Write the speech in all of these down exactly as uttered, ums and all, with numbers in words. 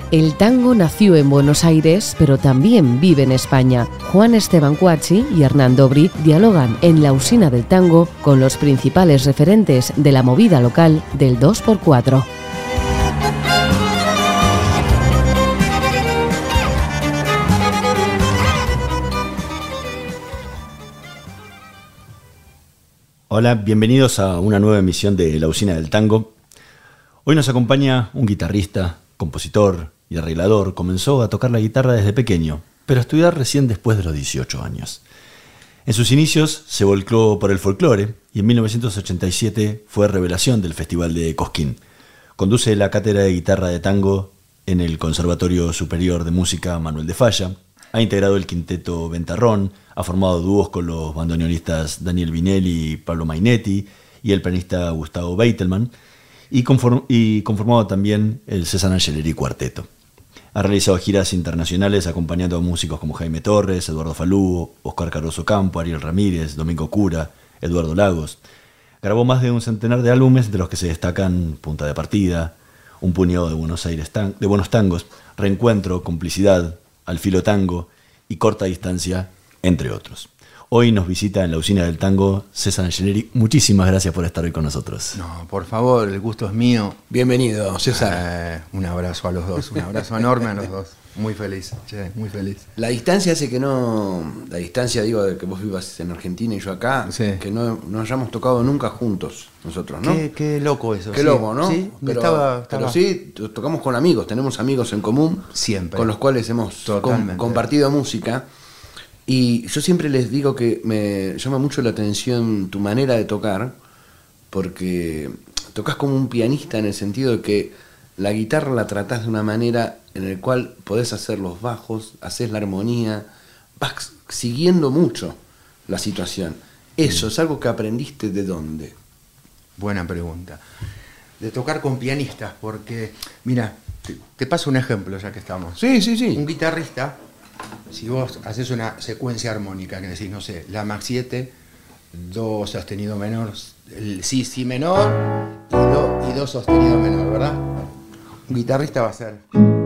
El tango nació en Buenos Aires, pero también vive en España. Juan Esteban Cuacchi y Hernando Brit dialogan en La Usina del Tango con los principales referentes de la movida local del dos por cuatro. Hola, bienvenidos a una nueva emisión de La Usina del Tango. Hoy nos acompaña un guitarrista, compositor y arreglador. Comenzó a tocar la guitarra desde pequeño, pero a estudiar recién después de los dieciocho años. En sus inicios se volcó por el folclore y en mil novecientos ochenta y siete fue revelación del Festival de Cosquín. Conduce la cátedra de guitarra de tango en el Conservatorio Superior de Música Manuel de Falla. Ha integrado el quinteto Ventarrón, ha formado dúos con los bandoneonistas Daniel Vinelli y Pablo Mainetti y el pianista Gustavo Beitelman, y, conform- y conformado también el César Angeleri Cuarteto. Ha realizado giras internacionales acompañando a músicos como Jaime Torres, Eduardo Falú, Oscar Cardoso Campo, Ariel Ramírez, Domingo Cura, Eduardo Lagos. Grabó más de un centenar de álbumes, de los que se destacan Punta de Partida, Un puñado de Buenos Aires tan- de buenos tangos, Reencuentro, Complicidad, Al filo tango y Corta distancia, entre otros. Hoy nos visita en La Usina del Tango César Angeleri. Muchísimas gracias por estar hoy con nosotros. No, por favor, el gusto es mío. Bienvenido, César. Eh, un abrazo a los dos, un abrazo enorme a los dos. Muy feliz, che, muy feliz. La distancia hace que no... La distancia, digo, de que vos vivas en Argentina y yo acá, Sí. que no, no hayamos tocado nunca juntos, nosotros, ¿no? Qué, qué loco eso. Qué sí. loco, ¿no? Sí, pero, estaba, estaba... pero sí, to- tocamos con amigos, tenemos amigos en común. Siempre. Con los cuales hemos com- Totalmente. compartido música. Y yo siempre les digo que me llama mucho la atención tu manera de tocar, porque tocas como un pianista en el sentido de que la guitarra la tratás de una manera en la cual podés hacer los bajos, haces la armonía, vas siguiendo mucho la situación. Eso es algo que aprendiste ¿de dónde? Buena pregunta. De tocar con pianistas, porque, mira, te, te paso un ejemplo ya que estamos. Sí, sí, sí. Un guitarrista, si vos haces una secuencia armónica, que decís, no sé, la Max siete, do sostenido menor, el si, si menor y do, y do sostenido menor, ¿verdad? Un guitarrista va a hacer.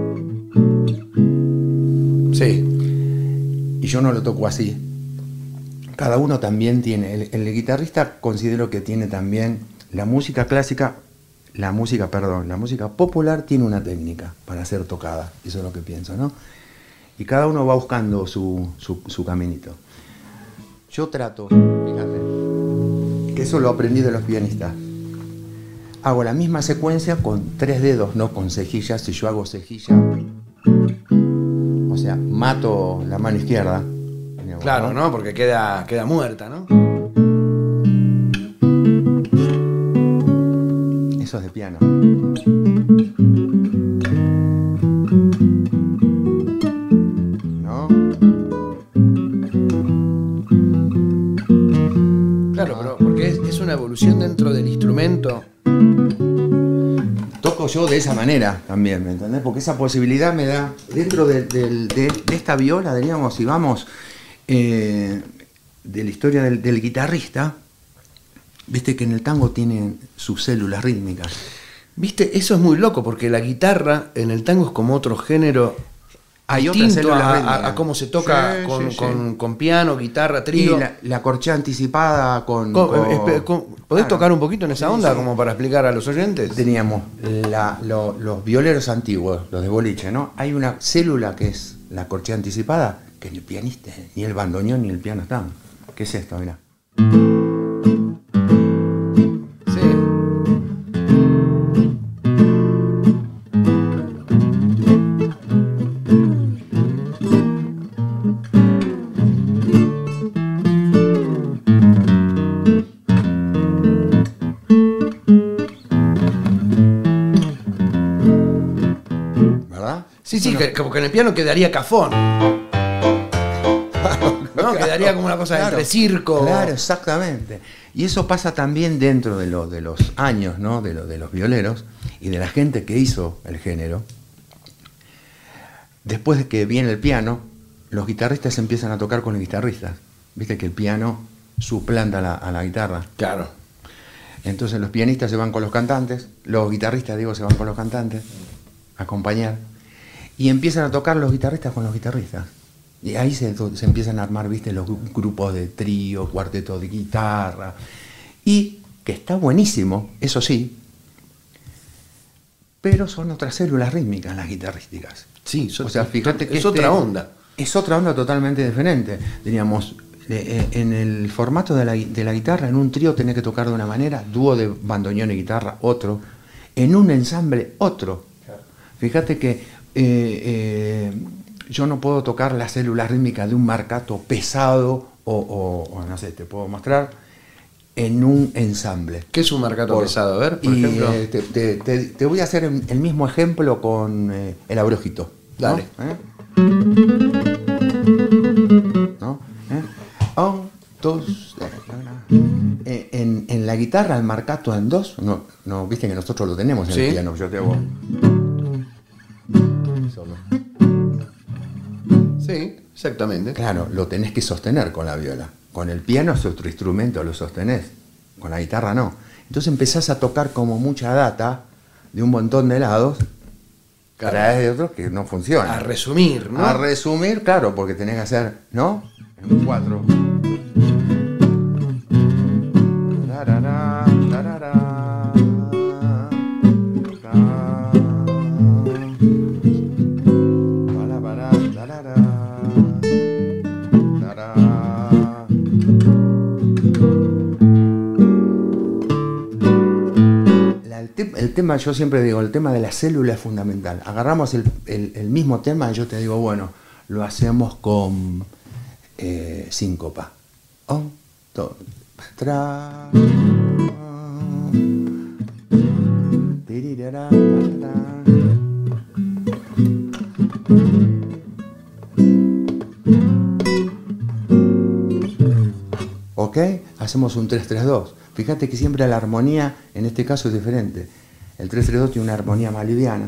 Sí. Y yo no lo toco así. Cada uno también tiene, el, el guitarrista considero que tiene también la música clásica, la música, perdón, la música popular tiene una técnica para ser tocada, eso es lo que pienso, ¿no? Y cada uno va buscando su, su, su caminito. Yo trato, fíjate, que eso lo aprendí de los pianistas. Hago la misma secuencia con tres dedos, no con cejillas. Si yo hago cejilla, o sea, mato la mano izquierda. Claro, ¿no? Porque queda, queda muerta, ¿no? Eso es de piano. ¿No? Claro, pero porque es, es una evolución dentro del instrumento. Toco yo de esa manera también, ¿me entendés? Porque esa posibilidad me da, dentro de, de, de, de esta viola, diríamos, si vamos, eh, de la historia del, del guitarrista, viste que en el tango tienen sus células rítmicas. Viste, eso es muy loco, porque la guitarra en el tango es como otro género Hay otras distinto células a, rítmicas. a- a cómo se toca Sí, con, sí, sí. Con, con piano, guitarra, Y trío. la, la corchea anticipada con... Con- con- eh, espe- con- ¿Podés Claro. tocar un poquito en esa Sí, onda sí. como para explicar a los oyentes? Teníamos la- lo- los violeros antiguos, los de boliche, ¿no? Hay una célula que es la corchea anticipada, que ni el pianista, ni el bandoneón, ni el piano están. ¿Qué es esto? Mirá. Sí. ¿Verdad? Sí, sí, que, como que en el piano quedaría cafón. ¿No? Quedaría como una cosa Claro. entre circo. Claro, exactamente. Y eso pasa también dentro de, lo- de los años, ¿no? De, lo- de los violeros y de la gente que hizo el género. Después de que viene el piano, los guitarristas empiezan a tocar con los guitarristas. Viste que el piano suplanta a la, a la guitarra. Claro. Entonces los pianistas se van con los cantantes, los guitarristas, digo, se van con los cantantes a acompañar. y empiezan a tocar los guitarristas con los guitarristas. Y ahí se, se empiezan a armar, viste, los grupos de trío, cuarteto de guitarra. Y que está buenísimo, eso sí, pero son otras células rítmicas las guitarrísticas. Sí, so, o sea, fíjate que es este, otra onda. Es otra onda totalmente diferente. Diríamos, eh, en el formato de la, de la guitarra, en un trío tenés que tocar de una manera, dúo de bandoneón y guitarra, otro. En un ensamble, otro. Claro. Fíjate que eh, eh, yo no puedo tocar las células rítmicas de un marcato pesado o, o, o no sé, te puedo mostrar, en un ensamble. ¿Qué es un marcato por, pesado? A ver, por y, ejemplo. Eh, te, te, te, te voy a hacer el mismo ejemplo con eh, el abrojito. Dale. ¿No? ¿Eh? ¿No? ¿Eh? Un, dos, eh, en, en la guitarra el marcato en dos, no, no, viste que nosotros lo tenemos en ¿sí? el piano, yo te hago. Sí, exactamente. Claro, lo tenés que sostener con la viola. Con el piano es otro instrumento, lo sostenés. Con la guitarra no. Entonces empezás a tocar como mucha data de un montón de lados, claro, a través de otros que no funcionan. A resumir, ¿no? A resumir, claro, porque tenés que hacer, ¿no? En cuatro. Tarara, tarara, para, para, tarara, tarara. El, te el tema, yo siempre digo, el tema de la célula es fundamental. Agarramos el, el, el mismo tema y yo te digo, bueno, lo hacemos con eh, síncopa. Un, dos, tres. ¿Ok? Hacemos un tres tres dos. Fíjate que siempre la armonía, en este caso, es diferente. El tres tres dos tiene una armonía más liviana.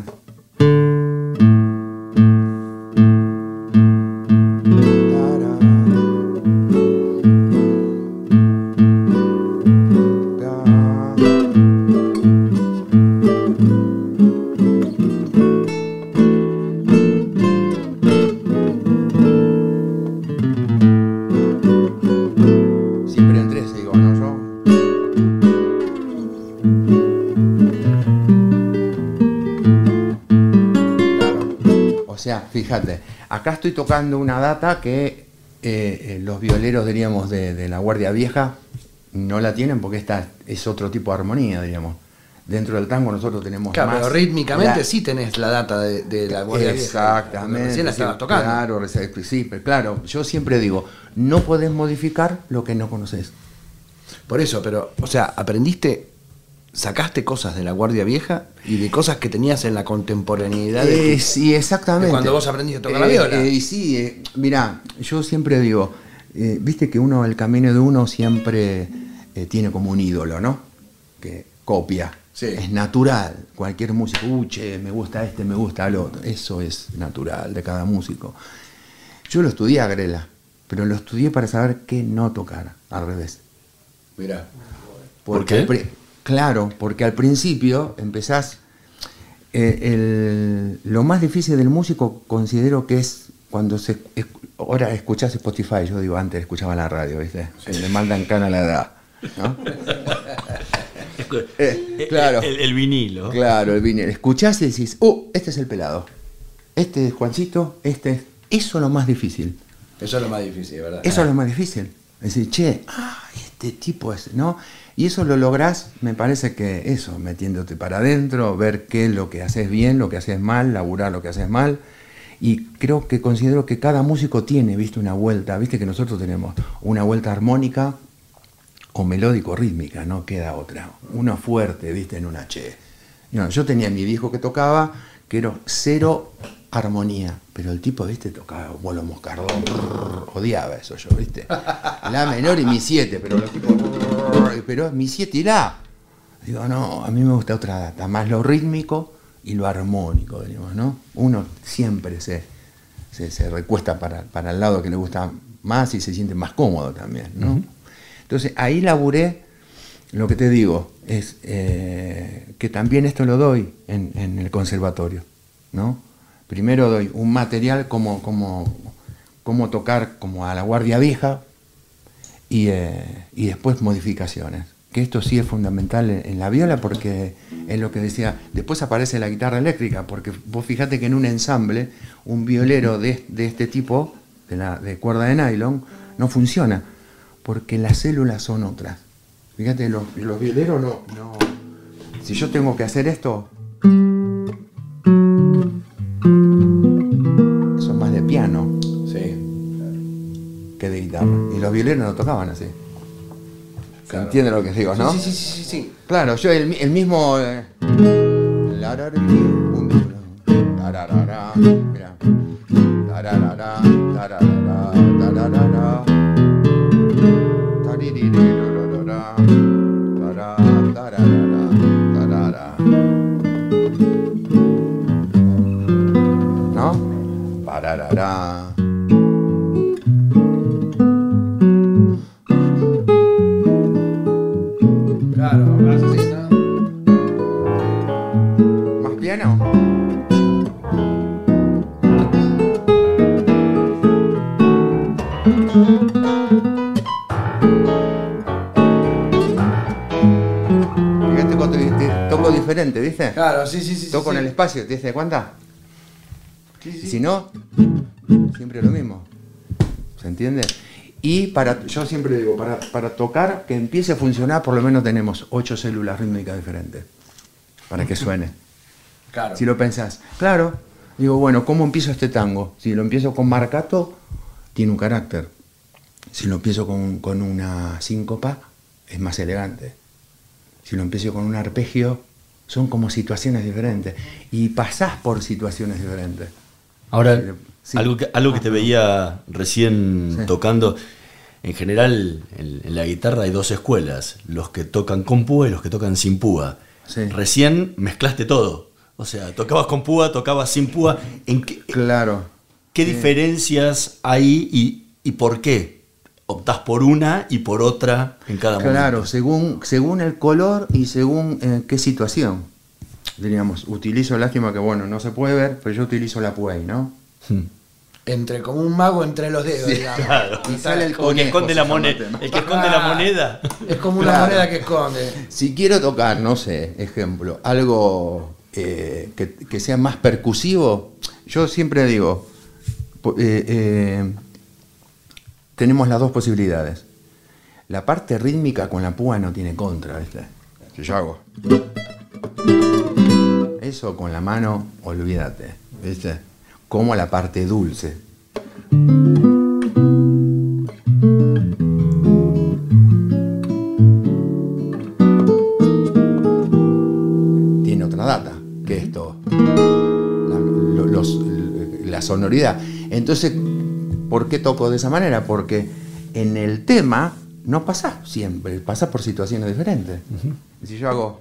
Fíjate, acá estoy tocando una data que eh, los violeros, diríamos, de, de la Guardia Vieja no la tienen porque esta es otro tipo de armonía, diríamos. Dentro del tango nosotros tenemos claro, más... Claro, pero rítmicamente la, sí tenés la data de, de la Guardia Vieja. Exactamente. Recién la estabas tocando. Claro, sí, pero claro, yo siempre digo, no podés modificar lo que no conoces. Por eso, pero, o sea, aprendiste... ¿Sacaste cosas de la Guardia Vieja y de cosas que tenías en la contemporaneidad? De eh, sí, exactamente. De cuando vos aprendiste a tocar eh, la viola. Eh, sí, eh, mirá, yo siempre digo, eh, viste que uno, el camino de uno siempre eh, tiene como un ídolo, ¿no? Que copia. Sí. Es natural. Cualquier músico, uy, che, me gusta este, me gusta el otro. Eso es natural de cada músico. Yo lo estudié a Grela, pero lo estudié para saber qué no tocar, al revés. Mirá. ¿Por qué? Claro, porque al principio empezás... Eh, el, lo más difícil del músico considero que es cuando se... Es, ahora escuchás Spotify, yo digo, antes escuchaba la radio, ¿viste? Sí. Le mandan cana a la edad, ¿no? eh, claro. El, el vinilo. Claro, el vinilo. Escuchás y decís, oh, este es el pelado. Este es Juancito, este es... Eso es lo más difícil. Eso es lo más difícil, ¿verdad? Eso es lo más difícil. Es decir, che, ah, este tipo es, ¿no? Y eso lo lográs, me parece que eso, metiéndote para adentro, ver qué es lo que haces bien, lo que haces mal, laburar lo que haces mal. Y creo que considero que cada músico tiene, viste, una vuelta, viste que nosotros tenemos una vuelta armónica o melódico-rítmica, no queda otra. Uno fuerte, viste, en una che. No, yo tenía a mi viejo que tocaba, que era cero armonía, pero el tipo, viste, tocaba bolo moscardón, brrr, odiaba eso yo, viste. La menor y mi siete, pero los tipos, brrr, pero mi siete y la. Digo, no, a mí me gusta otra data, más lo rítmico y lo armónico, digamos, ¿no? Uno siempre se, se, se recuesta para, para el lado que le gusta más y se siente más cómodo también, ¿no? Uh-huh. Entonces ahí laburé, lo que te digo, es eh, que también esto lo doy en, en el conservatorio, ¿no? Primero doy un material como, como, como tocar como a la guardia vieja y, eh, y después modificaciones. Que esto sí es fundamental en, en la viola porque es lo que decía, después aparece la guitarra eléctrica, porque vos fíjate que en un ensamble un violero de, de este tipo, de, la, de cuerda de nylon, no funciona, porque las células son otras. Fíjate, los, los violeros no, no... Si yo tengo que hacer esto... Son más de piano. Sí. Que de guitarra. Y los violeros no tocaban así. ¿Se Claro. entiende lo que digo, no? Sí, sí, sí, sí, sí. Claro, yo el, el mismo... Eh, larari, un, tararara, mirá. Tararara, tararara, tararara, taririrororora, tará, tararara, tarara. ¿No? Pararara. Claro, vas así, ¿no? ¿Más piano? Fíjate cuánto di- di- toco diferente, ¿viste? Claro, sí, sí, sí. Toco sí, en el sí. espacio, ¿te diste cuenta? Sí, sí. Y si no, siempre lo mismo. ¿Se entiende? Y para, yo siempre digo, para, para tocar, que empiece a funcionar, por lo menos tenemos ocho células rítmicas diferentes. Para que suene. Claro. Si lo pensás, claro, digo, bueno, ¿cómo empiezo este tango? Si lo empiezo con marcato, tiene un carácter. Si lo empiezo con, con una síncopa, es más elegante. Si lo empiezo con un arpegio, son como situaciones diferentes. Y pasás por situaciones diferentes. Ahora, Sí. algo que, algo que Ah, te perdón. veía recién Sí. tocando, en general en, en la guitarra hay dos escuelas, los que tocan con púa y los que tocan sin púa. Sí. Recién mezclaste todo, o sea, tocabas con púa, tocabas sin púa. ¿En qué, Claro. qué Sí. diferencias hay y, y por qué optás por una y por otra en cada momento? Claro, según, según el color y según eh, qué situación. Diríamos, utilizo, lástima que bueno, no se puede ver, pero yo utilizo la puey, ¿no? Hmm. Entre como un mago entre los dedos, digamos. Claro. Y sale el Como el que conejo, esconde se la llama moneda. el tema. El que esconde la moneda. Es como una Claro. moneda que esconde. Si quiero tocar, no sé, ejemplo, algo eh, que, que sea más percusivo, yo siempre digo, po- eh, eh, tenemos las dos posibilidades. La parte rítmica con la púa no tiene contra, ¿viste? Si yo hago eso con la mano, olvídate, ¿viste? Como la parte dulce. Tiene otra data que esto, la, lo- los- la sonoridad. Entonces, ¿por qué toco de esa manera? Porque en el tema no pasa siempre, pasa por situaciones diferentes. Si yo hago...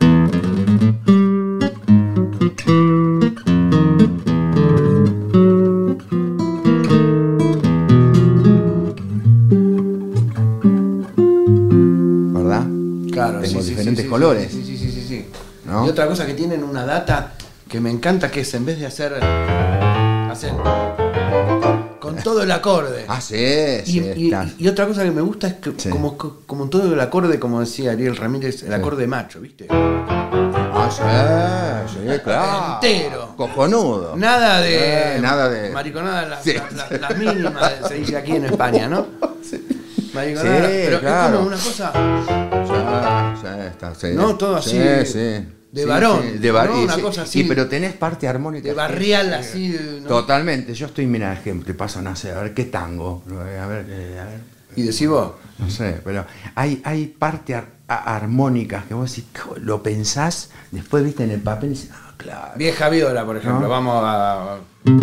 ¿Verdad? Claro, Tengo sí, sí, diferentes sí, sí, colores. Sí, sí, sí, sí, sí. ¿No? Y otra cosa que tienen una data que me encanta, que es en vez de hacer hacer con todo el acorde. Ah, sí, Y, sí, y- está. y otra cosa que me gusta es que Sí. como, como todo el acorde, como decía Ariel Ramírez, el Sí. acorde macho, ¿viste? Ah, sí, sí, claro. Entero. Cojonudo. Nada de Eh, nada de- mariconada, las, Sí. las- las- las mínimas, se dice aquí en España, ¿no? Mariconada, Sí, pero claro. es como una cosa Ya, ya está, sí. No, todo así Sí, de- sí. de Sí, varón, sí, de var- ¿no? y Una sí, cosa así. y pero tenés parte armónica. de barrial así, de- ¿no? Totalmente. Yo estoy, mira, ejemplo, te paso, no sé, a ver qué tango. A ver, eh, a ver. Y decís vos, No sé, pero hay, hay parte ar- a- armónicas que vos decís, co- lo pensás, después viste en el papel y dices, ah, claro. Vieja Viola, por ejemplo, ¿No? vamos a...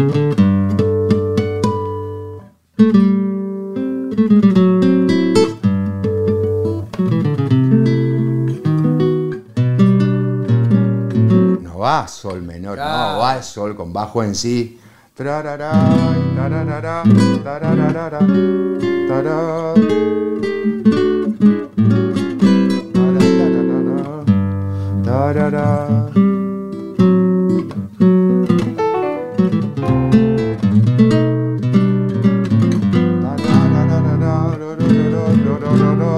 No va sol menor, Claro. no, va sol con bajo en sí. Trarará, tararará, tarararara, tará. Tarararara, tarará.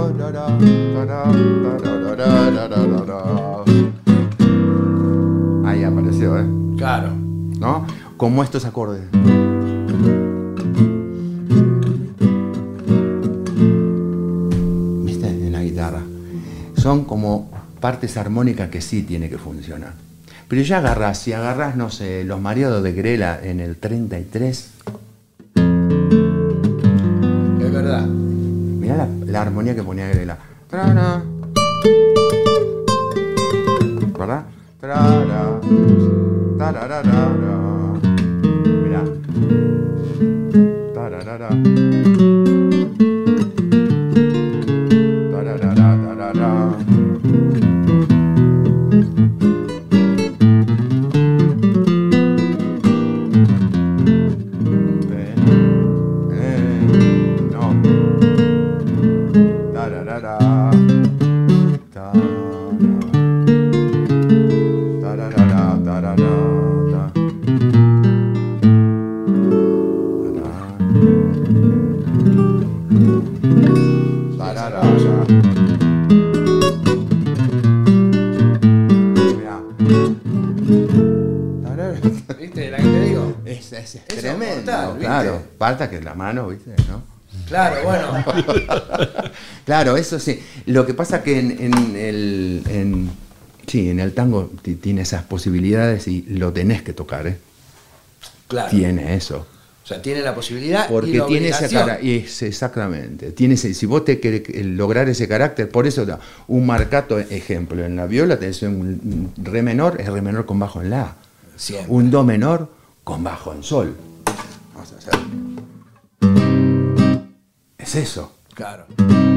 Ahí apareció, ¿eh? Claro. ¿No? Como estos acordes. ¿Viste? En la guitarra. Son como partes armónicas que sí tiene que funcionar. Pero ya agarrás, si agarrás, no sé, los mareados de Grela en el treinta y tres. Es verdad. Mirá la, la armonía que ponía Grela. Trara. ¿Verdad? Trara. Tararara. Mirá. Tararara. Tararara, tarara. Eh, eh, no. Tararara. Tararara, tararara. ¿Viste la que te digo? Es, es, es Eso tremendo, mortal, ¿viste? claro. Falta que la mano, ¿viste? ¿No? Claro, bueno. Claro, eso sí. Lo que pasa que en, en el en, sí, en el tango t- tiene esas posibilidades y lo tenés que tocar, ¿eh? Claro. Tiene eso. O sea, tiene la posibilidad Porque y la tiene ese obligación. carácter, exactamente. Tiene ese, si vos te querés lograr ese carácter, por eso da un marcato ejemplo. En la viola tenés un re menor, es re menor con bajo en la. Siempre. Un do menor con bajo en sol. Vamos a hacer. Es eso. Claro.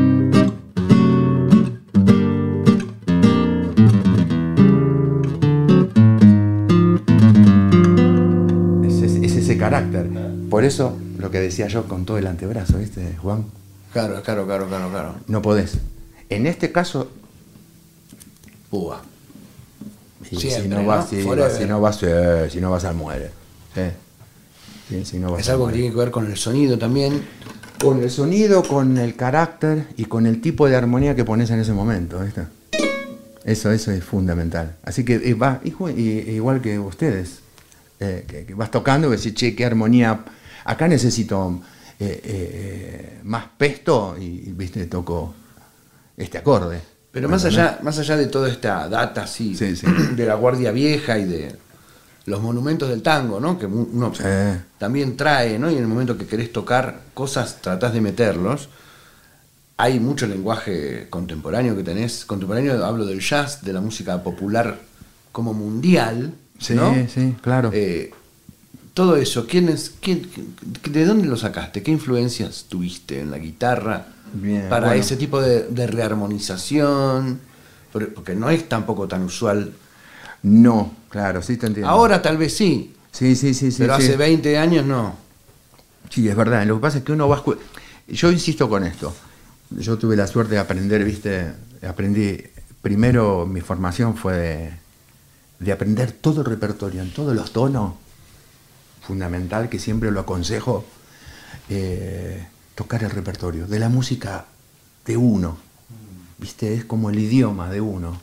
Es, es- es ese carácter. Por eso lo que decía yo con todo el antebrazo, ¿viste, Juan? Claro, claro, claro, claro, claro. No podés. En este caso, Púa. si, Siempre, si no ¿no? vas, si, Forever. si no vas, eh, si no vas al muere. Sí. Sí, si no vas Es al algo que muere. tiene que ver con el sonido también. Con el sonido, con el carácter y con el tipo de armonía que pones en ese momento, ¿viste? Eso, eso es fundamental. Así que eh, va, hijo, y- igual que ustedes, eh, que, que vas tocando y decís, che, qué armonía. Acá necesito eh, eh, más pesto y, viste, toco este acorde. Pero más ¿Entendés? allá, más allá de toda esta data así, Sí, sí. de la Guardia Vieja y de los monumentos del tango, ¿no? Que uno Sí. también trae, ¿no? Y en el momento que querés tocar cosas, tratás de meterlos. Hay mucho lenguaje contemporáneo que tenés. Contemporáneo, hablo del jazz, de la música popular como mundial, Sí, ¿no? sí, claro. Eh, todo eso, ¿quién es, quién- ¿de dónde lo sacaste? ¿Qué influencias tuviste en la guitarra Bien, para bueno. ese tipo de, de rearmonización? Por- Porque no es tampoco tan usual. No, claro, sí te entiendo. Ahora tal vez sí, Sí, sí, sí, sí. pero sí. hace veinte años no. Sí, es verdad. Lo que pasa es que uno va a escu- Yo insisto con esto. Yo tuve la suerte de aprender, viste, aprendí, primero mi formación fue de, de aprender todo el repertorio, en todos los tonos, fundamental, que siempre lo aconsejo, eh, tocar el repertorio, de la música de uno, viste, es como el idioma de uno.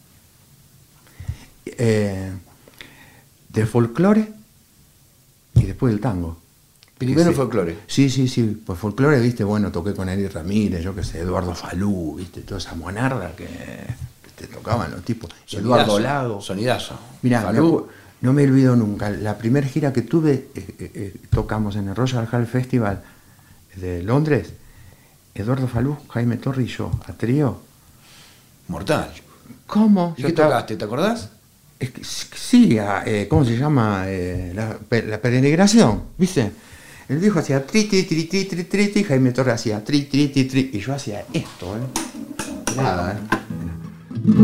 Eh, del folclore y después del tango. Primero Sí. folclore. Sí, sí, sí. Pues folclore, viste, bueno, toqué con Eddie Ramírez, yo qué sé, Eduardo Falú, viste, toda esa monarda que, que te tocaban los tipos. Eduardo Lago. Sonidazo. Mirá, me Falú. acu- no me olvido nunca. La primera gira que tuve, eh, eh, eh, tocamos en el Royal Hall Festival de Londres. Eduardo Falú, Jaime Torre y yo, a trío. Mortal. ¿Cómo? ¿Y Yo qué estaba- tocaste? ¿Te acordás? Es que sí, a, eh, ¿cómo se llama? Eh, la, pe- la peregrinación, ¿viste? El viejo hacía tri, tri, tri, tri, tri, tri, tri, Jaime Torre hacía tri, tri, tri, tri, y yo hacía esto, ¿eh? Nada, ¿eh?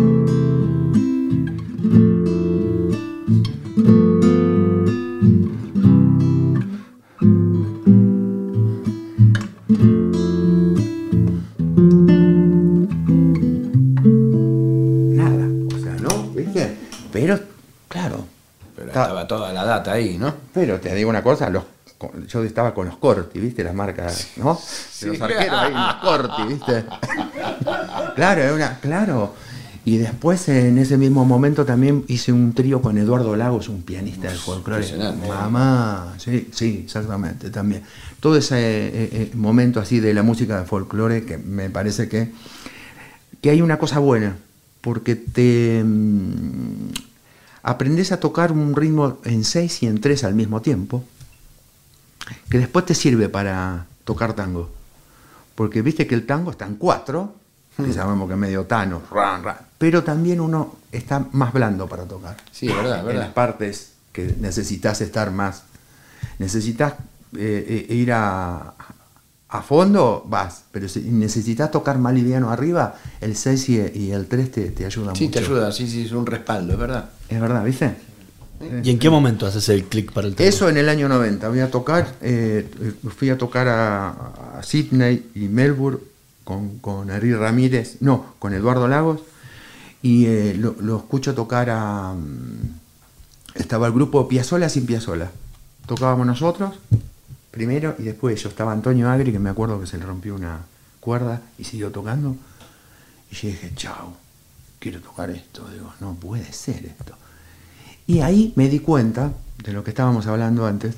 Nada, o sea, ¿no? ¿Viste? Pero, claro. Pero estaba- estaba toda la data ahí, ¿no? Pero te digo una cosa, los, con- yo estaba con los Corti, ¿viste? Las marcas, ¿no? De los arqueros ahí, los Corti, ¿viste? Claro, era una, claro. Y después en ese mismo momento también hice un trío con Eduardo Lagos, un pianista del folclore. Mamá, sí, sí, exactamente, también. Todo ese eh, eh, momento así de la música de folclore que me parece que, que hay una cosa buena, porque te mmm, aprendes a tocar un ritmo en seis y en tres al mismo tiempo, que después te sirve para tocar tango. Porque viste que el tango está en cuatro, que sabemos que es medio tano, ran, ran, pero también uno está más blando para tocar. Sí, verdad, verdad. En las partes que necesitas estar más, necesitas eh, ir a, a fondo, vas, pero si necesitas tocar más liviano arriba, el seis y, y el tres te, te ayudan sí, mucho. Sí, te ayuda, sí, sí, es un respaldo, es verdad. Es verdad, ¿viste? ¿Y en qué momento haces el clic para el tango? Eso en el año noventa. Voy a tocar, eh, fui a tocar a, a Sydney y Melbourne con, con Ari Ramírez, no, con Eduardo Lagos, y eh, lo, lo escucho tocar a... Estaba el grupo Piazzolla sin Piazzolla. Tocábamos nosotros primero y después ellos. Estaba Antonio Agri, que me acuerdo que se le rompió una cuerda y siguió tocando. Y yo dije, chao, quiero tocar esto. Digo, no puede ser esto. Y ahí me di cuenta de lo que estábamos hablando antes.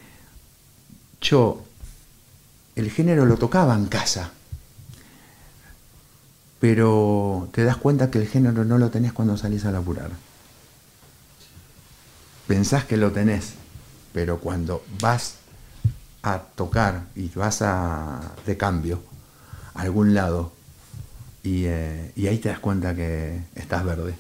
Yo el género lo tocaba en casa, pero te das cuenta que el género no lo tenés cuando salís a laburar. Pensás que lo tenés, pero cuando vas a tocar y vas a, de cambio a algún lado y, eh, y ahí te das cuenta que estás verde.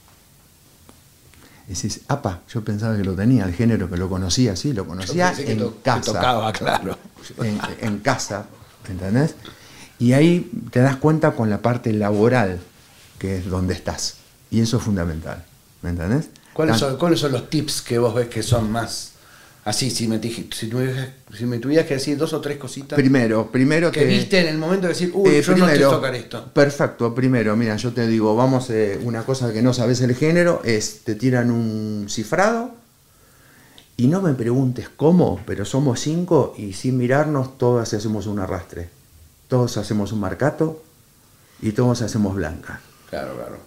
Y decís, apa, yo pensaba que lo tenía, el género, que lo conocía, sí, lo conocía en to- casa. que tocaba, claro. En, en casa, ¿entendés? Y ahí te das cuenta con la parte laboral, que es donde estás. Y eso es fundamental, ¿me entendés? ¿Cuáles Tan- son, ¿Cuáles son los tips que vos ves que son más así? Si me, dij- si, tuvieras- si me tuvieras que decir dos o tres cositas Primero, primero que te- viste en el momento de decir, uy, Eh, yo primero, no sé tocar esto. Perfecto, primero, mira, yo te digo, vamos, eh, una cosa que no sabes el género es, te tiran un cifrado y no me preguntes cómo, pero somos cinco y sin mirarnos todos hacemos un arrastre, todos hacemos un marcato y todos hacemos blanca. Claro, claro.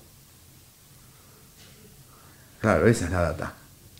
Claro, esa es la data.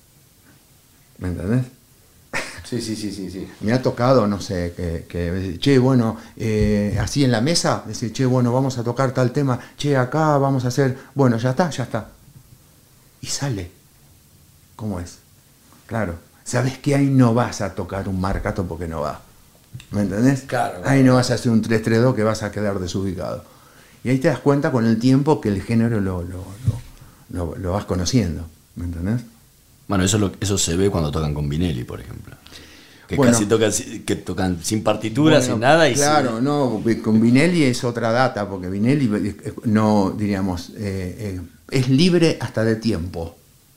¿Me entendés? Sí, sí, sí, sí, sí. Me ha tocado, no sé, que, que che, bueno, eh, así en la mesa, decir, che, bueno, vamos a tocar tal tema, che, acá vamos a hacer, bueno, ya está, ya está. Y sale. ¿Cómo es? Claro. Sabes que ahí no vas a tocar un marcato porque no va. ¿Me entendés? Claro, claro. Ahí no vas a hacer un tres tres dos que vas a quedar desubicado. Y ahí te das cuenta con el tiempo que el género lo, lo, lo, lo, lo vas conociendo. ¿Me entendés? Bueno, eso, lo, eso se ve cuando tocan con Vinelli, por ejemplo. Que Bueno. casi tocan, que tocan sin partitura, Bueno, sin nada. Y claro, sin- no, con Vinelli es otra data, porque Vinelli eh, no, diríamos, eh, eh, es libre hasta de tiempo.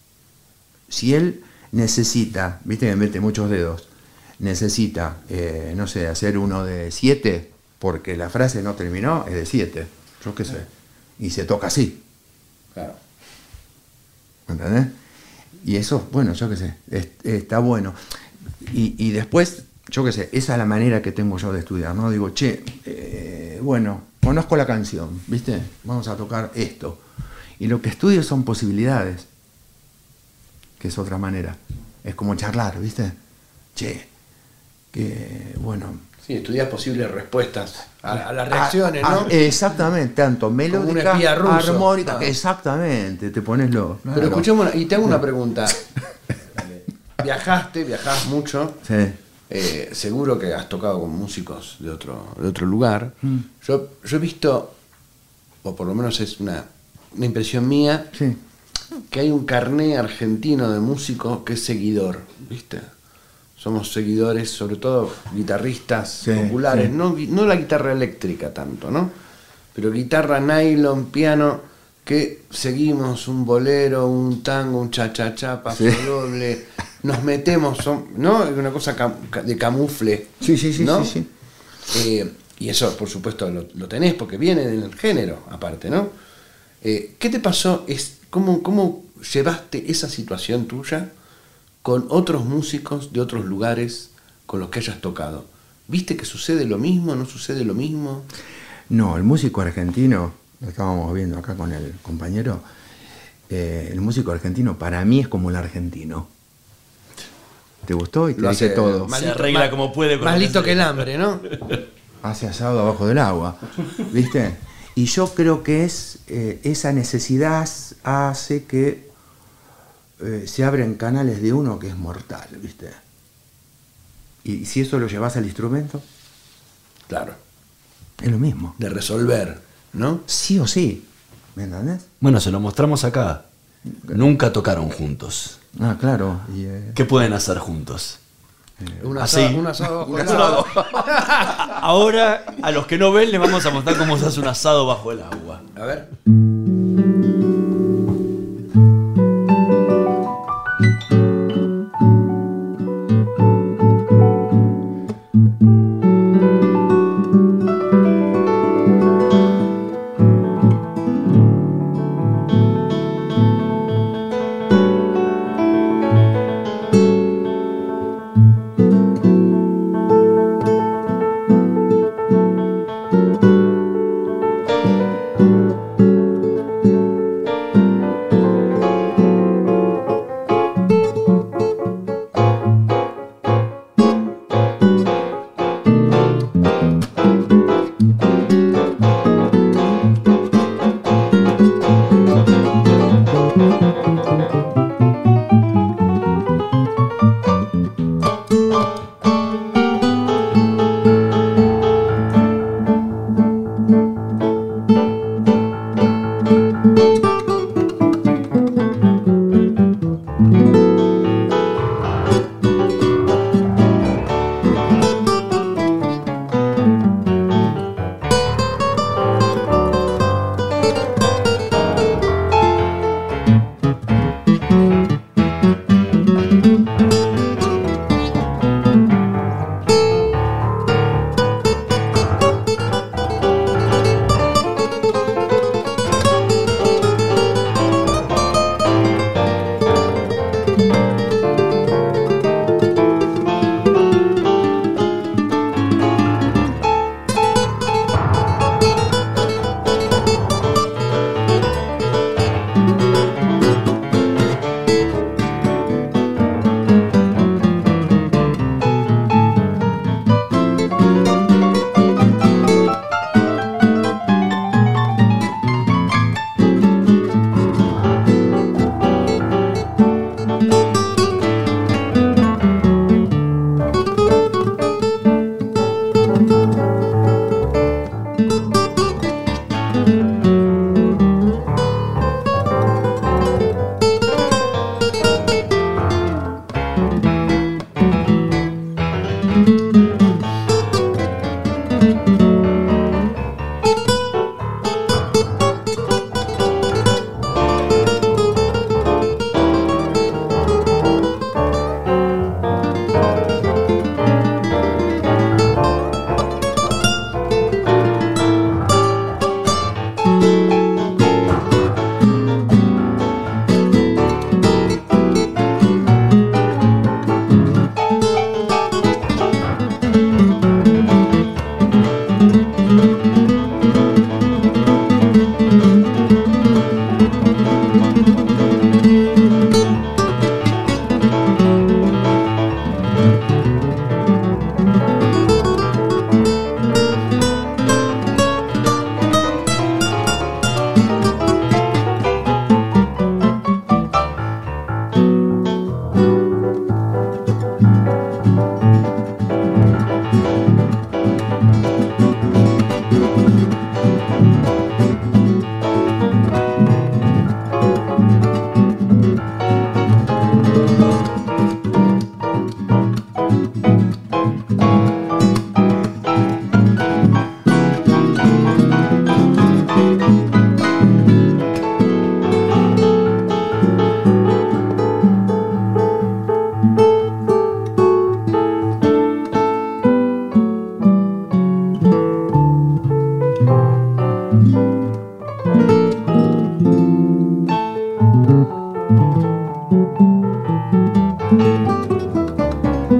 Si él necesita, viste que mete muchos dedos, necesita, eh, no sé, hacer uno de siete, porque la frase no terminó, es de siete, yo qué sé, y se toca así, Claro. ¿entendés? Y eso, bueno, yo qué sé, es- está bueno. Y, y después, yo qué sé, esa es la manera que tengo yo de estudiar, ¿no? Digo, che, eh, bueno, conozco la canción, ¿viste? Vamos a tocar esto. Y lo que estudio son posibilidades, que es otra manera. Es como charlar, ¿viste? Che, que, bueno... Sí, estudias posibles respuestas a, a las reacciones, Ah, ¿no? ah, exactamente, tanto un melódica, espía ruso. armónica, Ah. exactamente, te pones lo... Pero claro. escuchemos, una- y te hago una pregunta. Viajaste, viajás mucho. Sí. Eh, seguro que has tocado con músicos de otro, de otro lugar. Mm. Yo, yo he visto, o por lo menos es una, una impresión mía, Sí. que hay un carné argentino de músicos que es seguidor, ¿viste? Somos seguidores, sobre todo guitarristas Sí, populares, sí. No, gui- no la guitarra eléctrica tanto, ¿no? Pero guitarra, nylon, piano, que seguimos un bolero, un tango, un cha-cha-cha, paso Sí. doble, nos metemos, son- ¿no? Es una cosa cam- ca- de camufle. Sí, sí, sí, ¿no? sí, sí. Eh, y eso, por supuesto, lo, lo tenés porque viene del género, aparte, ¿no? Eh, ¿Qué te pasó? Es, ¿cómo, ¿Cómo llevaste esa situación tuya con otros músicos de otros lugares con los que hayas tocado? ¿Viste que sucede lo mismo? ¿No sucede lo mismo? No, el músico argentino, lo estábamos viendo acá con el compañero, eh, el músico argentino para mí es como el argentino. ¿Te gustó? Y te Lo dice hace todo. más Se listo- arregla más- como puede con Más lo que listo hace. que el hambre, ¿no? Hace asado abajo del agua, ¿viste? Y yo creo que es eh, esa necesidad hace que eh, se abren canales de uno que es mortal, ¿viste? Y si eso lo llevas al instrumento, Claro. es lo mismo. De resolver, ¿no? Sí o sí, ¿me entendés? Bueno, se lo mostramos acá. Nunca tocaron juntos. Ah, claro. Y, eh, ¿Qué pueden hacer juntos? Un Así. asado, un asado bajo Un el asado. agua. Ahora, a los que no ven, les vamos a mostrar cómo se hace un asado bajo el agua. A ver.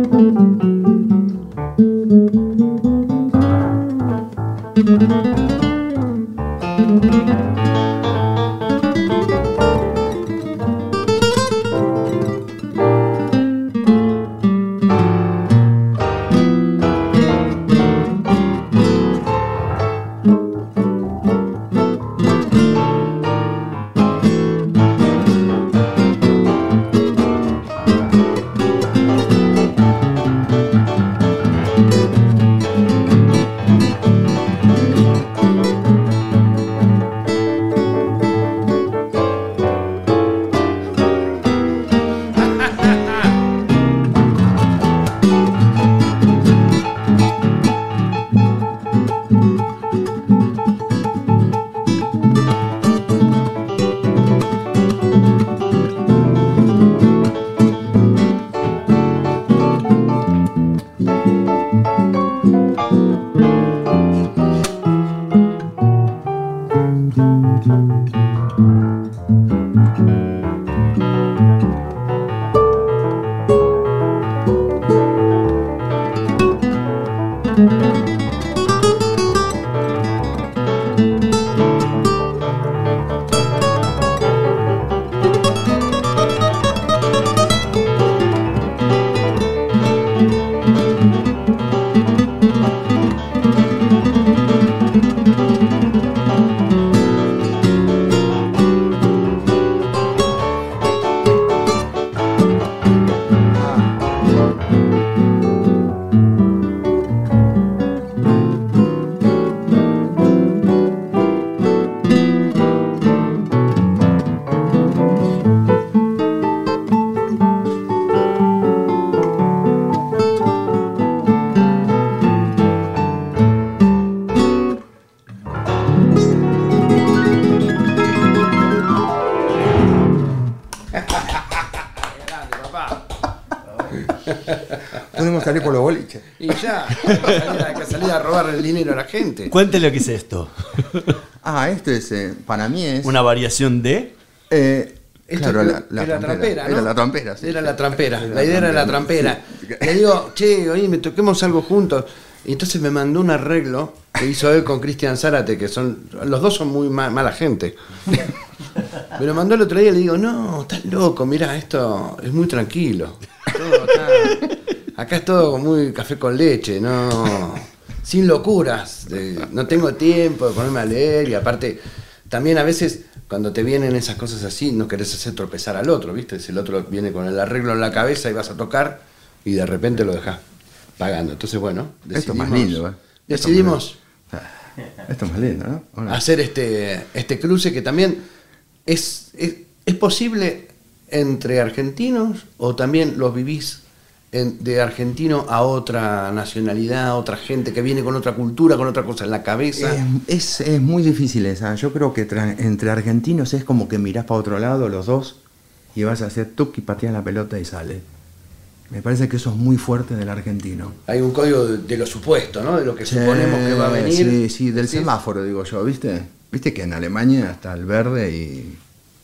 Thank you. Podemos salir por los boliches. Y ya, hay que salir a robar el dinero a la gente. Cuéntele lo que es esto. Ah, esto es, eh, para mí es... Una variación de... Eh, Esto claro, era la, la la trampera, ¿no? Era la trampera, sí. Era la trampera, Era la idea era la trampera. sí. Le digo, che, oye, me toquemos algo juntos. Y entonces me mandó un arreglo que hizo él con Cristian Zárate, que son, los dos son muy ma- mala gente. Me lo mandó el otro día y le digo, no, estás loco, mirá, esto es muy tranquilo. Todo acá, acá es todo muy café con leche, no, sin locuras. De, no tengo tiempo de ponerme a leer y aparte, también a veces cuando te vienen esas cosas así, no querés hacer tropezar al otro, ¿viste? Si el otro viene con el arreglo en la cabeza y vas a tocar y de repente lo dejás pagando. Entonces, bueno, Esto es más lindo, ¿eh? Decidimos Esto es más lindo, ¿no? Bueno. hacer este, este cruce que también es, es, es posible entre argentinos o también los vivís en, de argentino a otra nacionalidad, a otra gente que viene con otra cultura, con otra cosa en la cabeza. Es, es, es muy difícil esa. Yo creo que tra- entre argentinos es como que mirás para otro lado los dos y vas a hacer tuc y pateas la pelota y sale. Me parece que eso es muy fuerte del argentino. Hay un código de, de lo supuesto, ¿no? De lo que suponemos que va a venir. Sí, sí, del Sí. semáforo, digo yo, ¿viste? Viste que en Alemania está el verde y,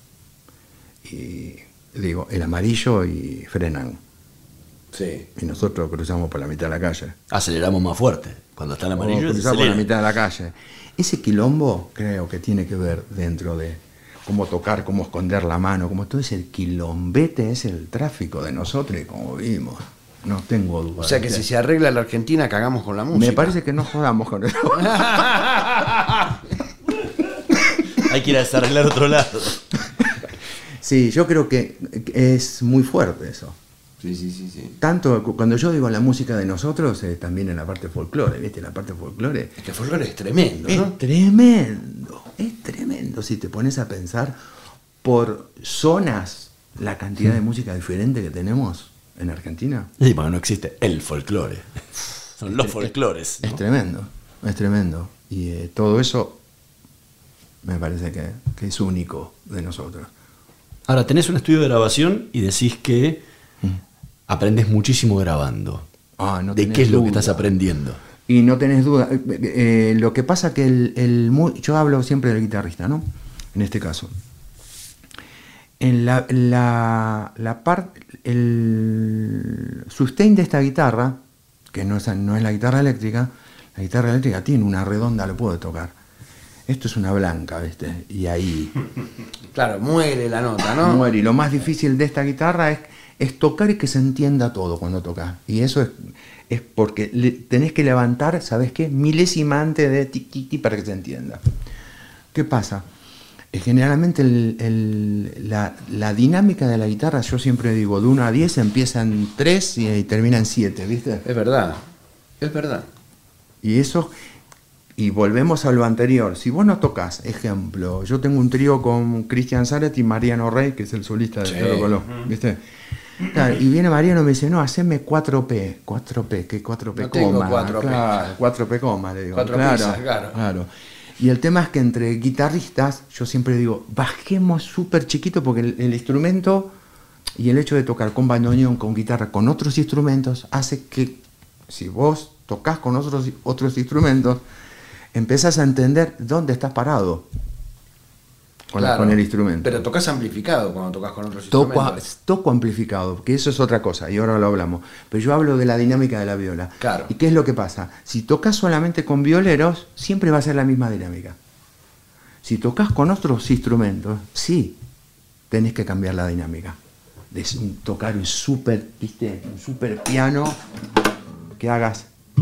y digo, el amarillo y frenan. Sí. Y nosotros cruzamos por la mitad de la calle. Aceleramos más fuerte. Cuando está el amarillo, O se cruzamos por la acelera. mitad de la calle. Ese quilombo creo que tiene que ver dentro de cómo tocar, cómo esconder la mano, como todo ese quilombete es el tráfico de nosotros y como vimos. No tengo duda. O sea que si se arregla la Argentina, cagamos con la música. Me parece que no jodamos con eso. Hay que ir a desarreglar otro lado. Sí, yo creo que es muy fuerte eso. Sí, sí, sí, sí. Tanto cu- cuando yo digo la música de nosotros, eh, también en la parte folclore, ¿viste? La parte folclore Es que folclore es tremendo, es ¿no? tremendo, es tremendo si te pones a pensar por zonas la cantidad de música diferente que tenemos en Argentina. Sí, porque no existe el folclore. Son los folclores. ¿no? Es tremendo, es tremendo. Y eh, todo eso me parece que, que es único de nosotros. Ahora, tenés un estudio de grabación y decís que aprendes muchísimo grabando. Ah, no ¿De tenés qué es lo que duda. estás aprendiendo? Y no tenés duda. Eh, eh, lo que pasa que el, el mu- yo hablo siempre del guitarrista, ¿no? En este caso. En la, la, la parte, el sustain de esta guitarra, que no es, no es la guitarra eléctrica, la guitarra eléctrica tiene una redonda, lo puedo tocar. esto es una blanca, ¿viste? Y ahí... Claro, muere la nota, ¿no? Muere. Y lo más difícil de esta guitarra es, es tocar y que se entienda todo cuando tocas. Y eso es, es porque le, tenés que levantar, ¿sabes qué? Milésima antes de ti, ti, ti para que se entienda. ¿Qué pasa? Eh, generalmente el, el, la, la dinámica de la guitarra, yo siempre digo, de uno a diez empieza en tres y, y termina en siete, ¿viste? Es verdad, es verdad. Y eso... Y volvemos a lo anterior. Si vos no tocas, ejemplo, yo tengo un trío con Cristian Zaret y Mariano Rey, que es el solista de Pedro Colón, ¿viste? Claro, y viene Mariano y me dice, no, haceme cuatro P. cuatro P, ¿qué cuatro P No tengo coma? cuatro P. Claro, cuatro P coma, le digo. Cuatro claro, pizzas, claro. claro. Y el tema es que entre guitarristas, yo siempre digo, bajemos súper chiquito, porque el, el instrumento y el hecho de tocar con bandoneón, con guitarra, con otros instrumentos, hace que si vos tocas con otros, otros instrumentos, empezás a entender dónde estás parado con, Claro, con el instrumento. Pero tocas amplificado cuando tocas con otros Toco, instrumentos. toco amplificado, que eso es otra cosa, y ahora lo hablamos. Pero yo hablo de la dinámica de la viola. Claro. ¿Y qué es lo que pasa? Si tocas solamente con violeros, siempre va a ser la misma dinámica. Si tocas con otros instrumentos, sí, tenés que cambiar la dinámica. De un- tocar un súper, ¿viste? Un súper piano que hagas...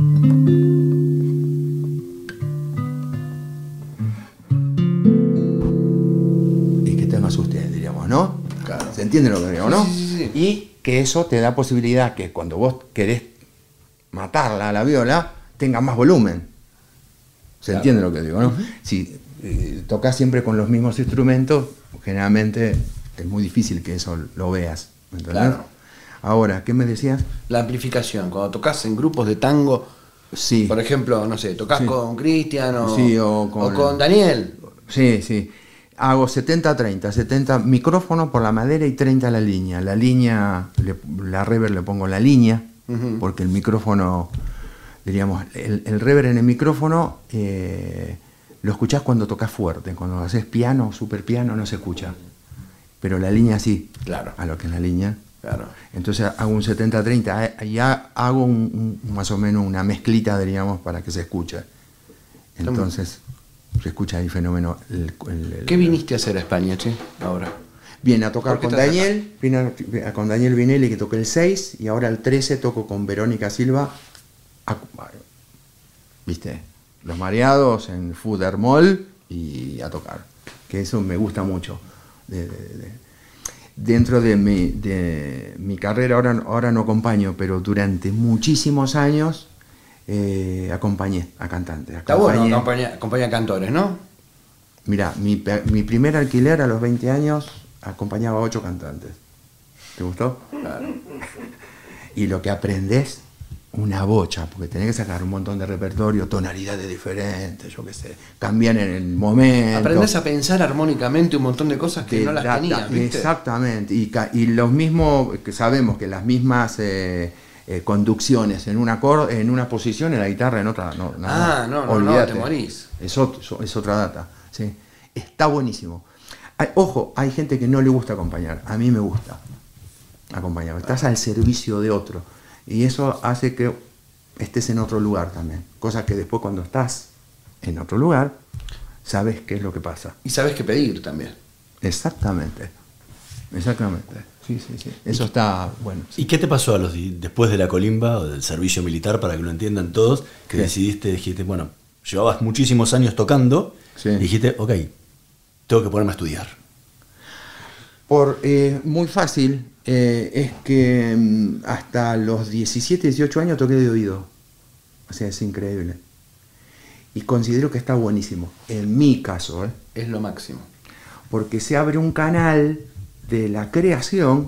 ustedes, diríamos, ¿no? Claro. ¿Se entiende lo que digo, no? Sí, sí, sí. Y que eso te da posibilidad que cuando vos querés matarla a la viola, tenga más volumen. ¿Se Claro. entiende lo que digo, no? Uh-huh. Si eh, tocas siempre con los mismos instrumentos, generalmente es muy difícil que eso lo veas. ¿Entendés? Claro. Ahora, ¿qué me decías? La amplificación, cuando tocas en grupos de tango, Sí. por ejemplo, no sé, tocas Sí. con Cristian o, Sí, o con- o con Daniel. Sí, sí. Hago setenta treinta, setenta micrófono por la madera y treinta la línea. La línea, le- la reverb le pongo la línea, Ujú. porque el micrófono, diríamos, el, el reverb en el micrófono eh, lo escuchás cuando tocas fuerte. Cuando haces piano, super piano, no se escucha. Pero la línea sí, Claro. a lo que es la línea. Claro. Entonces hago un setenta treinta, ya hago un, un- más o menos una mezclita, diríamos, para que se escuche. Entonces se escucha ahí fenómeno. El, el- el- ¿Qué viniste a hacer a España, che? Ahora. Viene a tocar ¿Por qué con estás Daniel, vine a- con Daniel Vinelli, que toqué el seis, y ahora el trece toco con Verónica Silva. a- ¿Viste? Los mareados en Fudermol y a tocar. Que eso me gusta mucho. De- de- de- Dentro de mi, de mi carrera, ahora, ahora no acompaño, pero durante muchísimos años eh, acompañé a cantantes. Está bueno, Acompañé- acompaña, acompaña cantores, ¿no? Mirá, mi, pe- mi primer alquiler a los veinte años acompañaba a ocho cantantes. ¿Te gustó? Claro. Y lo que aprendés, una bocha, porque tenés que sacar un montón de repertorio, tonalidades diferentes, yo qué sé, cambian en el momento. Aprendés a pensar armónicamente un montón de cosas que Te no las da- tenías, da- ¿viste? Exactamente, y, ca- y los mismos, que sabemos que las mismas eh, eh, conducciones en una cor- en una posición, en la guitarra en otra, no, no, Ah, no, no, no, olvídate. te morís. Es, otro- es otra data, sí. Está buenísimo. Hay- ojo, hay gente que no le gusta acompañar, a mí me gusta acompañar, estás al servicio de otro, y eso hace que estés en otro lugar también, cosa que después cuando estás en otro lugar, sabes qué es lo que pasa. Y sabes qué pedir también. Exactamente, exactamente, sí, sí, sí, eso está bueno. sí. ¿Y qué te pasó a los di- después de la colimba o del servicio militar, para que lo entiendan todos, que Sí. decidiste, dijiste, bueno, llevabas muchísimos años tocando, Sí. y dijiste, ok, tengo que ponerme a estudiar? Por, eh, muy fácil, eh, es que mm, hasta los diecisiete, dieciocho años toqué de oído. O sea, es increíble. Y considero que está buenísimo, en mi caso, ¿eh? Es lo máximo. Porque se abre un canal de la creación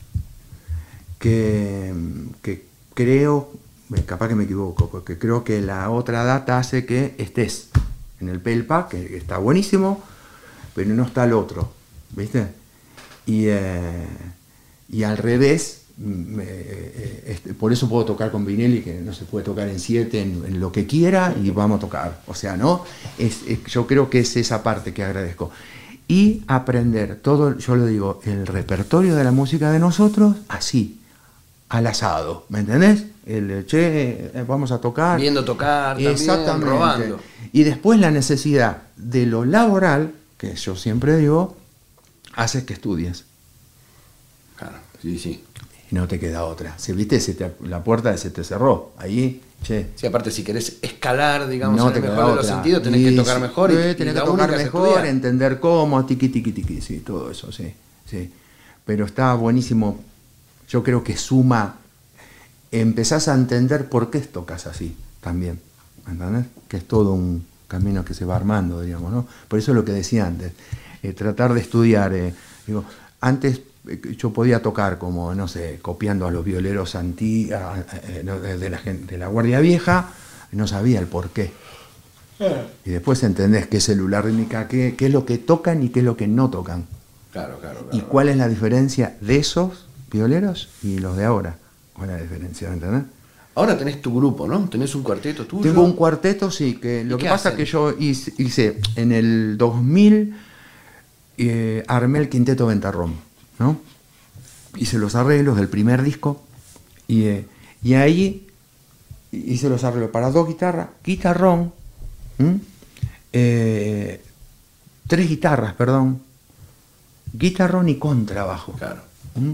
que, que creo, eh, capaz que me equivoco, porque creo que la otra data hace que estés en el Pelpa, que está buenísimo, pero no está el otro, ¿viste? Y, eh, y al revés, mm, eh, este, por eso puedo tocar con Vinelli, que no se puede tocar en siete, en, en lo que quiera, y vamos a tocar. O sea, ¿no? Es, es- yo creo que es esa parte que agradezco. Y aprender todo, yo lo digo, el repertorio de la música de nosotros, así, al asado, ¿me entendés? El, che, vamos a tocar. Viendo tocar, también, exactamente, robando. Y después la necesidad de lo laboral, que yo siempre digo, hace que estudies. Claro, sí, sí. Y no te queda otra. Si viste, se te, la puerta se te cerró. Ahí, che. Sí, aparte, si querés escalar, digamos, No en te el queda mejor de los otra. sentidos, tenés Y que tocar sí, mejor. Y, sí, y tenés la que tocar única es mejor, estudiar. entender cómo, tiqui, tiqui, tiqui, sí, todo eso, sí, sí. Pero está buenísimo. Yo creo que suma. Empezás a entender por qué tocas así también. ¿Entendés? Que es todo un camino que se va armando, digamos, ¿no? Por eso es lo que decía antes. Eh, tratar de estudiar. Eh, digo, antes eh, yo podía tocar como, no sé, copiando a los violeros anti, a, a, a, de, la, de la Guardia Vieja, no sabía el por qué. Y después entendés qué es celular rítmica, qué, qué es lo que tocan y qué es lo que no tocan. Claro, claro, claro. Y cuál es la diferencia de esos violeros y los de ahora. ¿Cuál es la diferencia? ¿Entendés? Ahora tenés tu grupo, ¿no? Tenés un cuarteto tuyo. Tengo un cuarteto, sí, que lo que pasa hacen? es que yo hice, hice en el dos mil, eh, armé el Quinteto Ventarrón, ¿no? Hice los arreglos del primer disco y, eh, y ahí hice los arreglos para dos guitarras, guitarrón, eh, tres guitarras, perdón, guitarrón y contrabajo. Claro. ¿Mm?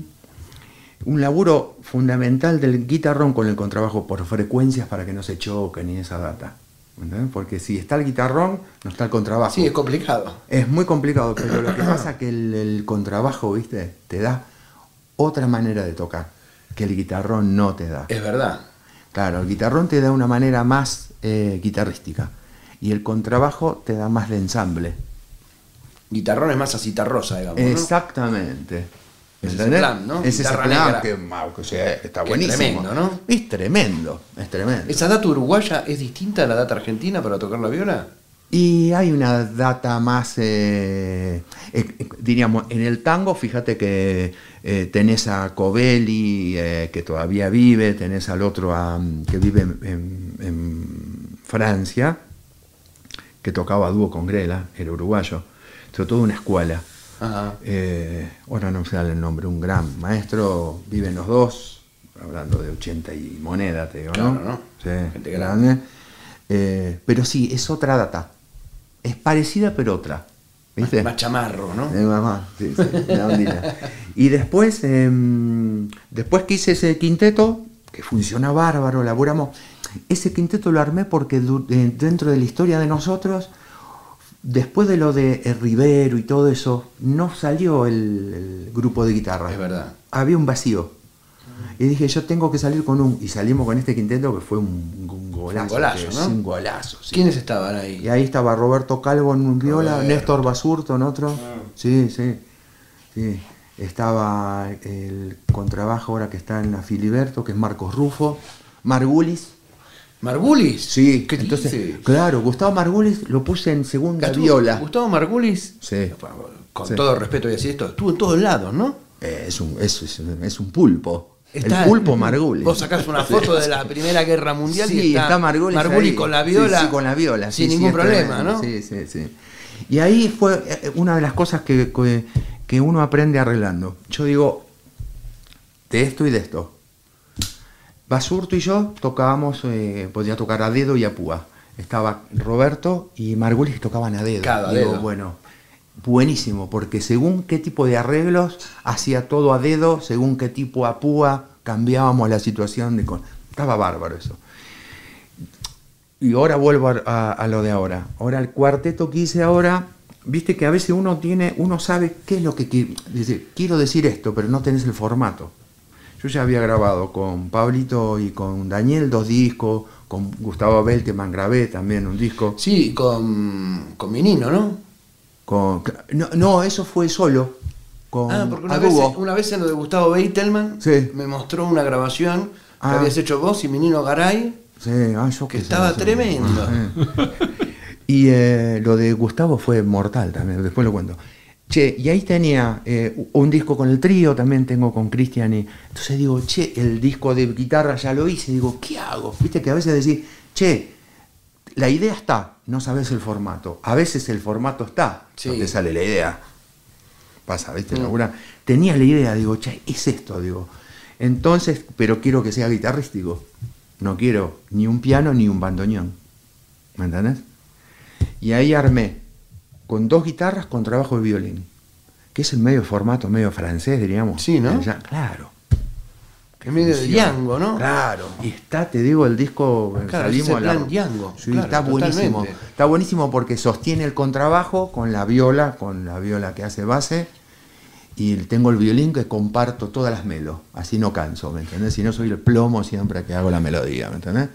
Un laburo fundamental del guitarrón con el contrabajo por frecuencias para que no se choquen ni esa data. ¿Entendés? Porque si está el guitarrón, no está el contrabajo. Sí, es complicado. Es muy complicado, pero lo que pasa es que el, el contrabajo, ¿viste? Te da otra manera de tocar que el guitarrón no te da. Es verdad. Claro, el guitarrón te da una manera más eh, guitarrística y el contrabajo te da más de ensamble. Guitarrón es más acitarrosa, digamos, ¿no? Exactamente. Es ese plan, ¿no? Es ese Guitarra plan negra. que, wow, que sea, está Que buenísimo. tremendo, ¿no? Es tremendo, es tremendo. ¿Esa data uruguaya es distinta a la data argentina para tocar la viola? Y hay una data más, eh, eh, diríamos, en el tango, fíjate que eh, tenés a Covelli, eh, que todavía vive, tenés al otro a, que vive en, en, en Francia, que tocaba dúo con Grela, era uruguayo, sobre todo una escuela. Ajá. Eh, ahora no me sale el nombre, un gran maestro, viven los dos, hablando de ochenta y moneda, te digo, ¿no? Claro, ¿no? Sí, Gente grande. grande. Eh, pero sí, es otra data. Es parecida, pero otra. ¿Viste? Más chamarro, ¿no? Eh, mamá, sí, sí, una ondina. Y después, eh, después que hice ese quinteto, que funciona bárbaro, laburamos. Ese quinteto lo armé porque du- eh, dentro de la historia de nosotros, después de lo de eh, Rivero y todo eso, no salió el, el grupo de guitarra. Es verdad. Había un vacío. Y dije, yo tengo que salir con un... Y salimos con este quinteto que fue un, un golazo. Un golazo, que es ¿no? Un golazo, sí. ¿Quiénes estaban ahí? Y ahí estaba Roberto Calvo en un viola, Roberto. Néstor Basurto en otro. Ah. Sí, sí, sí. Estaba el contrabajo ahora que está en la Filiberto, que es Marcos Rufo. Margulis. ¿Margulis? Sí, ¿Qué entonces, dice? claro, Gustavo Margulis lo puse en segunda Estuvo- viola. Gustavo Margulis, Sí. con Sí. todo respeto y así esto, estuvo en todos lados, ¿no? Eh, es, un, es, es, es un pulpo. Está- el pulpo Margulis. Vos sacás una foto de la Primera Guerra Mundial Sí, y está, está Margulis, Margulis ahí. con la viola. Sí, sí, con la viola. Sin sí, ningún sí, es problema, tremendo. ¿no? Sí, sí, sí. Y ahí fue eh, una de las cosas que, que, que uno aprende arreglando. Yo digo, de esto y de esto. Basurto y yo tocábamos, eh, podía tocar a dedo y a púa. Estaba Roberto y Margulis que tocaban a dedo. Claro, a Digo, dedo. bueno, buenísimo, porque según qué tipo de arreglos, hacía todo a dedo, según qué tipo a púa, cambiábamos la situación. De con... Estaba bárbaro eso. Y ahora vuelvo a, a, a lo de ahora. Ahora el cuarteto que hice ahora, viste que a veces uno tiene, uno sabe qué es lo que quiere. Dice, quiero decir esto, pero no tenés el formato. Yo ya había grabado con Pablito y con Daniel dos discos, con Gustavo Belteman grabé también un disco. Sí, con, con Minino, ¿no? Con, no, no, eso fue solo. Con Ah, porque una a vez, dúo. una vez en lo de Gustavo Beitelman Sí. me mostró una grabación que Ah. habías hecho vos y Minino Garay, Sí, ah, yo que qué sé, estaba no sé. tremendo. Eh. Y eh, lo de Gustavo fue mortal también, después lo cuento. Che, y ahí tenía eh, un disco con el trío, también tengo con Cristian. Y entonces digo, che, el disco de guitarra ya lo hice. Digo, ¿qué hago? Viste que a veces decís, che, la idea está, no sabes el formato. A veces el formato está, Sí. no te sale la idea. Pasa, ¿viste? Mm. Alguna- Tenía la idea, digo, che, es esto, digo. Entonces, pero quiero que sea guitarrístico. no quiero ni un piano ni un bandoneón. ¿Me entendés? Y ahí armé con dos guitarras con trabajo de violín, que es el medio formato, medio francés, diríamos. Sí, ¿no? Ya, claro. Es medio de Django, ¿no? Claro. Y está, te digo, el disco, Claro, salimos ese a la... plan Django. Sí, claro, está buenísimo. totalmente. Está buenísimo porque sostiene el contrabajo con la viola, con la viola que hace base, y tengo el violín que comparto todas las melos, así no canso, ¿me entendés? Si no soy el plomo siempre que hago la melodía, ¿me entendés?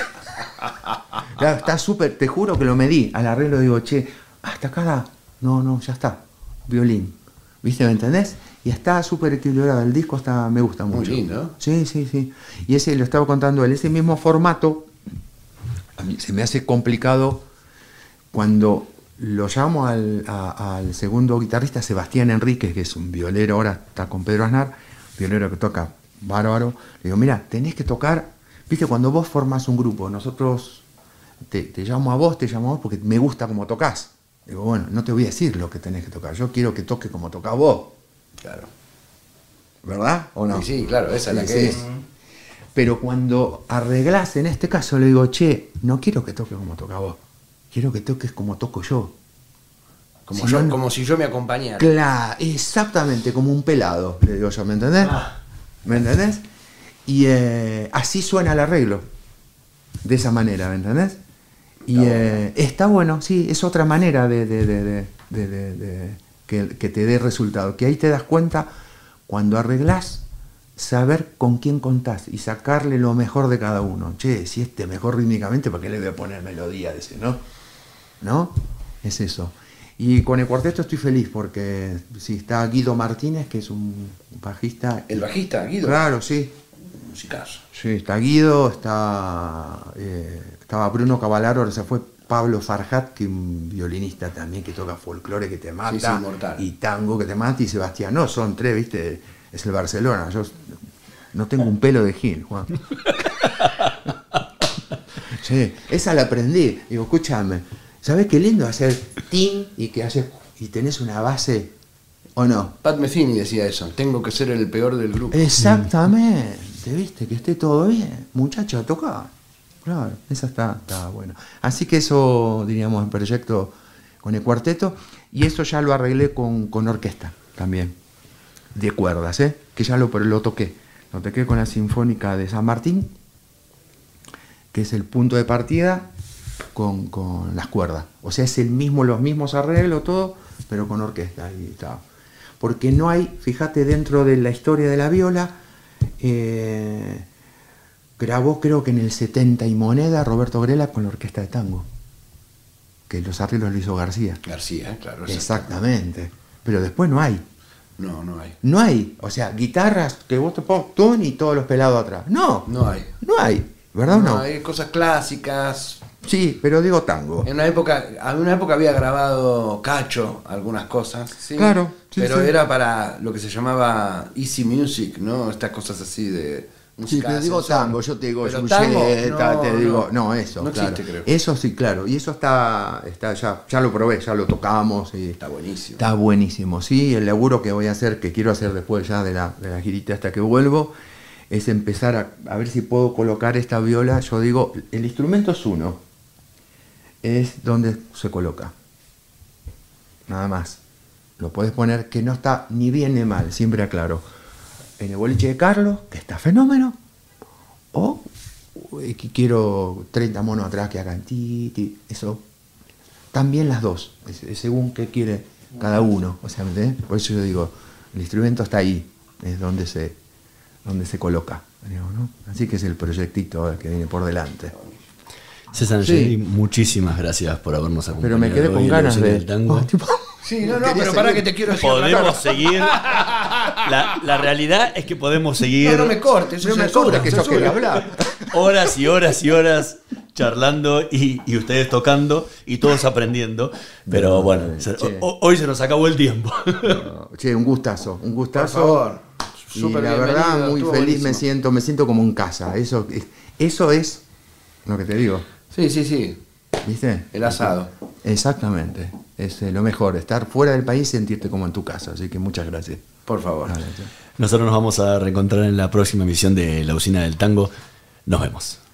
Claro, está súper, te juro que lo medí, al arreglo digo, che, hasta acá da, no, no, ya está, violín, ¿viste? ¿Me entendés? Y está súper equilibrado, el disco está, me gusta mucho. Muy lindo. Sí, sí, sí. Y ese, lo estaba contando él, ese mismo formato, a mí se me hace complicado cuando lo llamo al, a, al segundo guitarrista, Sebastián Enríquez, que es un violero, ahora está con Pedro Aznar, violero que toca bárbaro. Le digo, mira, tenés que tocar, viste, cuando vos formás un grupo, nosotros te, te llamo a vos, te llamo a vos porque me gusta como tocas. Digo, bueno, no te voy a decir lo que tenés que tocar, yo quiero que toques como tocás vos. Claro. ¿Verdad? ¿O no? Sí, sí, claro, esa es la Sí, que sí. es. Pero cuando arreglás, en este caso, le digo, che, no quiero que toques como tocas vos, quiero que toques como toco yo. Como, Si yo, no- como si yo me acompañara. Claro, exactamente, como un pelado, le digo yo, ¿me entendés? Ah. ¿Me entendés? Y eh, así suena el arreglo, de esa manera, ¿me entendés? Y Está eh, está bueno, sí, es otra manera de, de, de, de, de- de- de- que, que te dé resultado, que ahí te das cuenta, cuando arreglás, saber con quién contás y sacarle lo mejor de cada uno. Che, si este mejor rítmicamente, ¿para qué le voy a poner melodía de ese, no? ¿No? Es eso. Y con el cuarteto estoy feliz porque sí, está Guido Martínez, que es un bajista. El bajista, Guido. Claro, sí. Musicazo. Sí, está Guido, está eh, estaba Bruno Cavallaro, ahora se fue Pablo Farhat, que es un violinista también que toca folclore que te mata, Sí, sí, inmortal. y tango que te mata, y Sebastián, no, son tres, viste, es el Barcelona, yo no tengo un pelo de Gil, Juan. Sí, esa la aprendí, digo, escúchame, ¿sabés qué lindo hacer tin y que haces y tenés una base o no? Pat Metheny decía eso, tengo que ser el peor del grupo. Exactamente, viste, que esté todo bien, muchacho, toca. Claro, esa está, está bueno. Así que eso, diríamos, en proyecto con el cuarteto, y eso ya lo arreglé con, con orquesta también, de cuerdas, ¿eh? Que ya lo, lo toqué. Lo toqué con la Sinfónica de San Martín, que es el punto de partida con, con las cuerdas. O sea, es el mismo, los mismos arreglos, todo, pero con orquesta. Ahí está. Porque no hay, fíjate, dentro de la historia de la viola, eh, grabó creo que en el setenta y moneda Roberto Grela con la orquesta de tango, que los arreglos lo hizo García. García, claro. Exactamente. Pero después no hay. No, no hay. No hay. O sea, guitarras que vos te pongas tun y todos los pelados atrás. No. No hay. No hay. ¿Verdad o no? Hay cosas clásicas. Sí, pero digo tango. En una época, en una época había grabado Cacho algunas cosas, ¿sí? Claro, sí, pero sí. era para lo que se llamaba easy music, ¿no? Estas cosas así de Sí, música pero digo ascensor. tango, yo te digo Pero Yuyeta, tango, te no, digo, no. no, eso, No claro. existe, creo. Eso sí, claro, y eso está, está ya, ya lo probé, ya lo tocamos y Está buenísimo. está buenísimo, sí, el laburo que voy a hacer, que quiero hacer después ya de la, de la girita hasta que vuelvo, es empezar a, a ver si puedo colocar esta viola. Yo digo, el instrumento es uno, es donde se coloca, nada más. Lo puedes poner que no está ni bien ni mal, siempre aclaro. En el boliche de Carlos, que está fenómeno, o eh, que quiero treinta monos atrás que hagan ti, ti, eso. También las dos, es, es según qué quiere cada uno. O sea, ¿me entendés? Por eso yo digo, el instrumento está ahí, es donde se, donde se coloca. Digamos, ¿no? Así que es el proyectito que viene por delante. César Sí. Angeli, muchísimas gracias por habernos acompañado. Pero me quedé hoy con en la ganas Usina de... del Tango. Oh, tipo, Sí, no, no, quería pero para seguir. que te quiero decir una Podemos cosa. seguir. La, la realidad es que podemos seguir No, no me cortes, No me censura, cortes, que yo censura. quería hablar. horas y horas y horas charlando y, y ustedes tocando y todos aprendiendo. Pero bueno, se- Che. ho- hoy se nos acabó el tiempo. No, che, un gustazo, un gustazo. Por favor. Y Súper la bienvenido, verdad, muy estuvo feliz me buenísimo. siento, me siento como en casa. Eso, es- eso es lo que te digo, Sí, sí, sí. ¿viste? El asado. Exactamente. Es eh, lo mejor, estar fuera del país y sentirte como en tu casa. Así que muchas gracias. Por favor. Dale, che. Nosotros nos vamos a reencontrar en la próxima emisión de La Usina del Tango. Nos vemos.